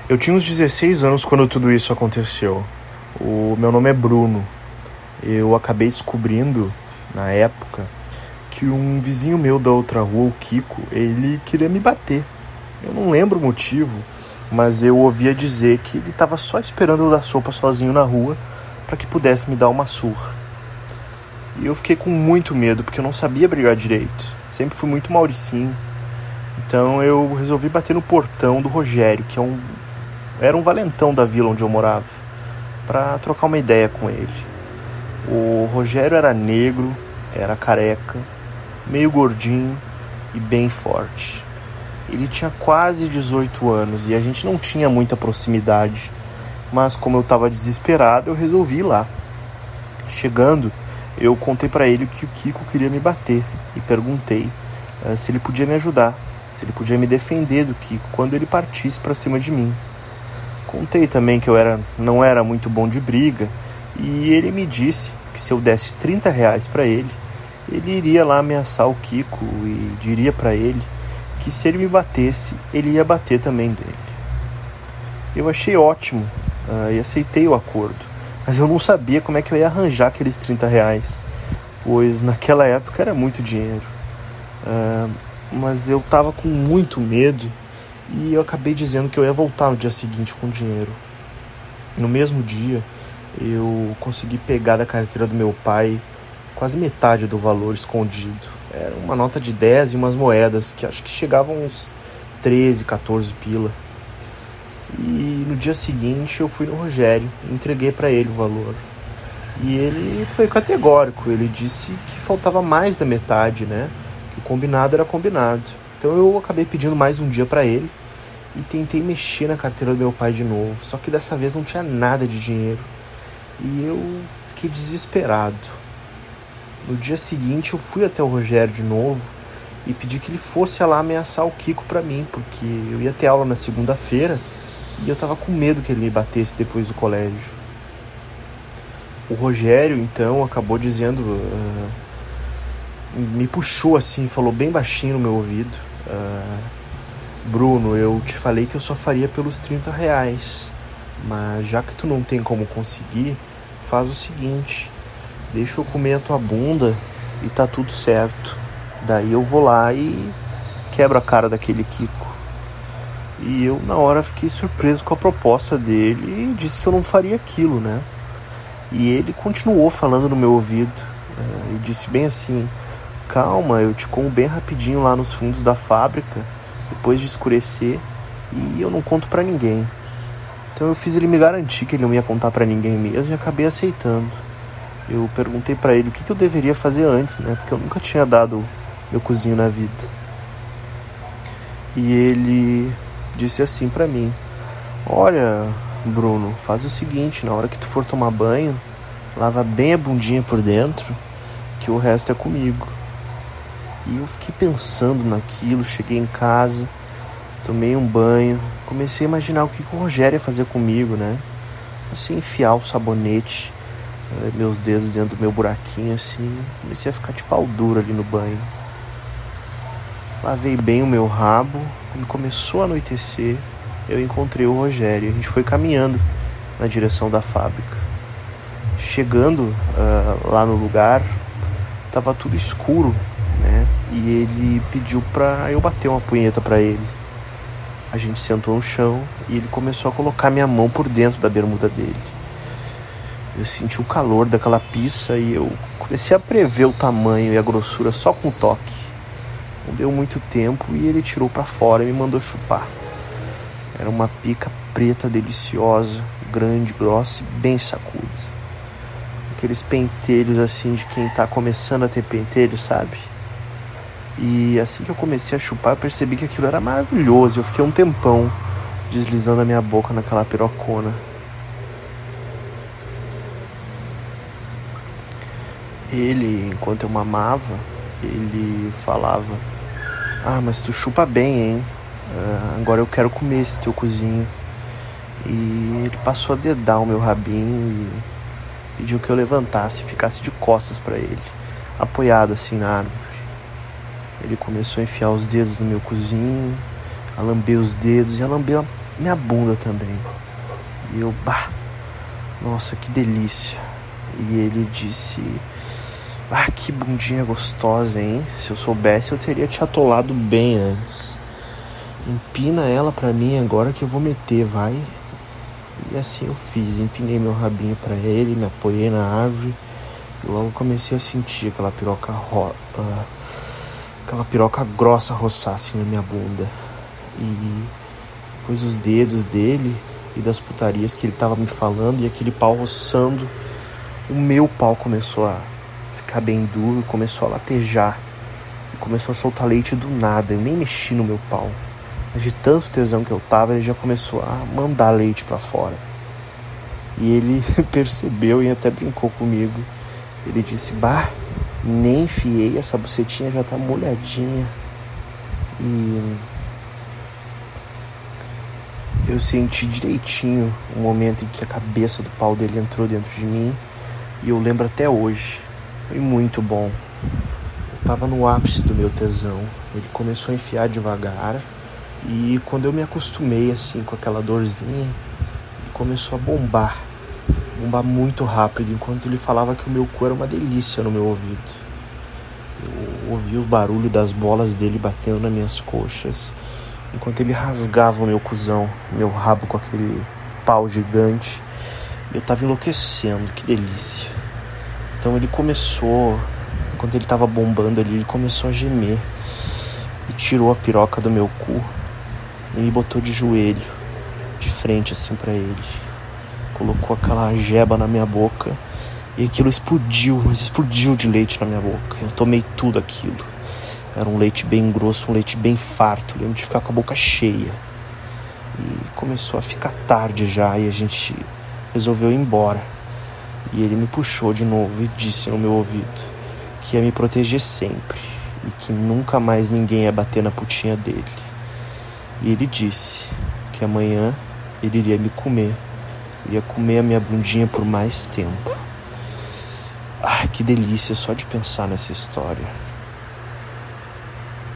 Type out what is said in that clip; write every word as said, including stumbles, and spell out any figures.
Eu tinha uns dezesseis anos quando tudo isso aconteceu. O meu nome é Bruno. Eu acabei descobrindo, na época, que um vizinho meu da outra rua, o Kiko, ele queria me bater. Eu não lembro o motivo, mas eu ouvia dizer que ele estava só esperando eu dar sopa sozinho na rua para que pudesse me dar uma surra. E eu fiquei com muito medo, porque eu não sabia brigar direito. Sempre fui muito mauricinho. Então eu resolvi bater no portão do Rogério, que é um, era um valentão da vila onde eu morava, para trocar uma ideia com ele. O Rogério era negro, era careca, meio gordinho e bem forte. Ele tinha quase dezoito anos e a gente não tinha muita proximidade, mas como eu estava desesperado, eu resolvi ir lá. Chegando, eu contei para ele que o Kiko queria me bater e perguntei uh, se ele podia me ajudar, se ele podia me defender do Kiko quando ele partisse para cima de mim. Contei também que eu era, não era muito bom de briga e ele me disse que se eu desse trinta reais para ele, ele iria lá ameaçar o Kiko e diria para ele que se ele me batesse, ele ia bater também dele. Eu achei ótimo uh, e aceitei o acordo, mas eu não sabia como é que eu ia arranjar aqueles trinta reais, pois naquela época era muito dinheiro. Uh, mas eu estava com muito medo e eu acabei dizendo que eu ia voltar no dia seguinte com o dinheiro. No mesmo dia, eu consegui pegar da carteira do meu pai quase metade do valor escondido. Era uma nota de dez e umas moedas que acho que chegavam uns treze, quatorze pila. E no dia seguinte eu fui no Rogério e entreguei para ele o valor. E ele foi categórico, ele disse que faltava mais da metade, né? Que o combinado era combinado. Então eu acabei pedindo mais um dia para ele e tentei mexer na carteira do meu pai de novo. Só que dessa vez não tinha nada de dinheiro. E eu fiquei desesperado. No dia seguinte eu fui até o Rogério de novo e pedi que ele fosse lá ameaçar o Kiko pra mim, porque eu ia ter aula na segunda-feira e eu tava com medo que ele me batesse depois do colégio. O Rogério então acabou dizendo, uh, me puxou assim, falou bem baixinho no meu ouvido, uh, Bruno, eu te falei que eu só faria pelos trinta reais, mas já que tu não tem como conseguir, faz o seguinte, deixa eu comer a tua bunda e tá tudo certo. Daí eu vou lá e quebro a cara daquele Kiko. E eu na hora fiquei surpreso com a proposta dele e disse que eu não faria aquilo, né? E ele continuou falando no meu ouvido uh, e disse bem assim, calma, eu te como bem rapidinho lá nos fundos da fábrica, depois de escurecer, e eu não conto pra ninguém. Então eu fiz ele me garantir que ele não ia contar pra ninguém mesmo e acabei aceitando. Eu perguntei pra ele o que, que eu deveria fazer antes, né? Porque eu nunca tinha dado meu cozinho na vida. E ele disse assim pra mim, olha, Bruno, faz o seguinte, na hora que tu for tomar banho, lava bem a bundinha por dentro, que o resto é comigo. E eu fiquei pensando naquilo, cheguei em casa, tomei um banho, comecei a imaginar o que, que o Rogério ia fazer comigo, né? Assim, enfiar o sabonete, meus dedos dentro do meu buraquinho, assim, comecei a ficar de pau duro ali no banho. Lavei bem o meu rabo, quando começou a anoitecer, eu encontrei o Rogério e a gente foi caminhando na direção da fábrica. Chegando uh, lá no lugar, tava tudo escuro, né? E ele pediu pra eu bater uma punheta pra ele. A gente sentou no chão e ele começou a colocar minha mão por dentro da bermuda dele. Eu senti o calor daquela pizza e eu comecei a prever o tamanho e a grossura só com o toque. Não deu muito tempo e ele tirou pra fora e me mandou chupar. Era uma pica preta deliciosa, grande, grossa e bem sacuda. Aqueles pentelhos assim de quem tá começando a ter pentelho, sabe? E assim que eu comecei a chupar, eu percebi que aquilo era maravilhoso. Eu fiquei um tempão deslizando a minha boca naquela pirocona. Ele, enquanto eu mamava, ele falava, ah, mas tu chupa bem, hein? Uh, agora eu quero comer esse teu cozinho. E ele passou a dedar o meu rabinho e pediu que eu levantasse e ficasse de costas pra ele, apoiado assim na árvore. Ele começou a enfiar os dedos no meu cozinho, a lamber os dedos e a lamber minha bunda também. E eu, bah, nossa, que delícia. E ele disse: ah, que bundinha gostosa, hein? Se eu soubesse, eu teria te atolado bem antes. Empina ela pra mim agora que eu vou meter, vai. E assim eu fiz, empinei meu rabinho pra ele, me apoiei na árvore. E logo comecei a sentir aquela piroca ro... uh, aquela piroca grossa roçar assim na minha bunda. E depois os dedos dele e das putarias que ele tava me falando, e aquele pau roçando, o meu pau começou a ficar bem duro, começou a latejar e começou a soltar leite do nada. Eu nem mexi no meu pau, mas de tanto tesão que eu tava, ele já começou a mandar leite pra fora. E ele percebeu e até brincou comigo. Ele disse: bah, nem enfiei, essa bucetinha já tá molhadinha. E eu senti direitinho o momento em que a cabeça do pau dele entrou dentro de mim. E eu lembro até hoje. Foi muito bom. Eu tava no ápice do meu tesão. Ele começou a enfiar devagar. E quando eu me acostumei assim com aquela dorzinha, ele começou a bombar. Bombar muito rápido, enquanto ele falava que o meu cu era uma delícia no meu ouvido. Eu ouvi o barulho das bolas dele batendo nas minhas coxas, enquanto ele rasgava o meu cuzão, meu rabo com aquele pau gigante. Eu tava enlouquecendo, que delícia. Então ele começou, enquanto ele tava bombando ali, ele começou a gemer. E tirou a piroca do meu cu e me botou de joelho, de frente assim pra ele. Colocou aquela jeba na minha boca e aquilo explodiu, mas explodiu de leite na minha boca. Eu tomei tudo aquilo. Era um leite bem grosso, um leite bem farto. Eu lembro de ficar com a boca cheia. E começou a ficar tarde já e a gente resolveu ir embora. E ele me puxou de novo e disse no meu ouvido que ia me proteger sempre e que nunca mais ninguém ia bater na putinha dele. E ele disse que amanhã ele iria me comer. Ia comer a minha bundinha por mais tempo. Ai, que delícia só de pensar nessa história.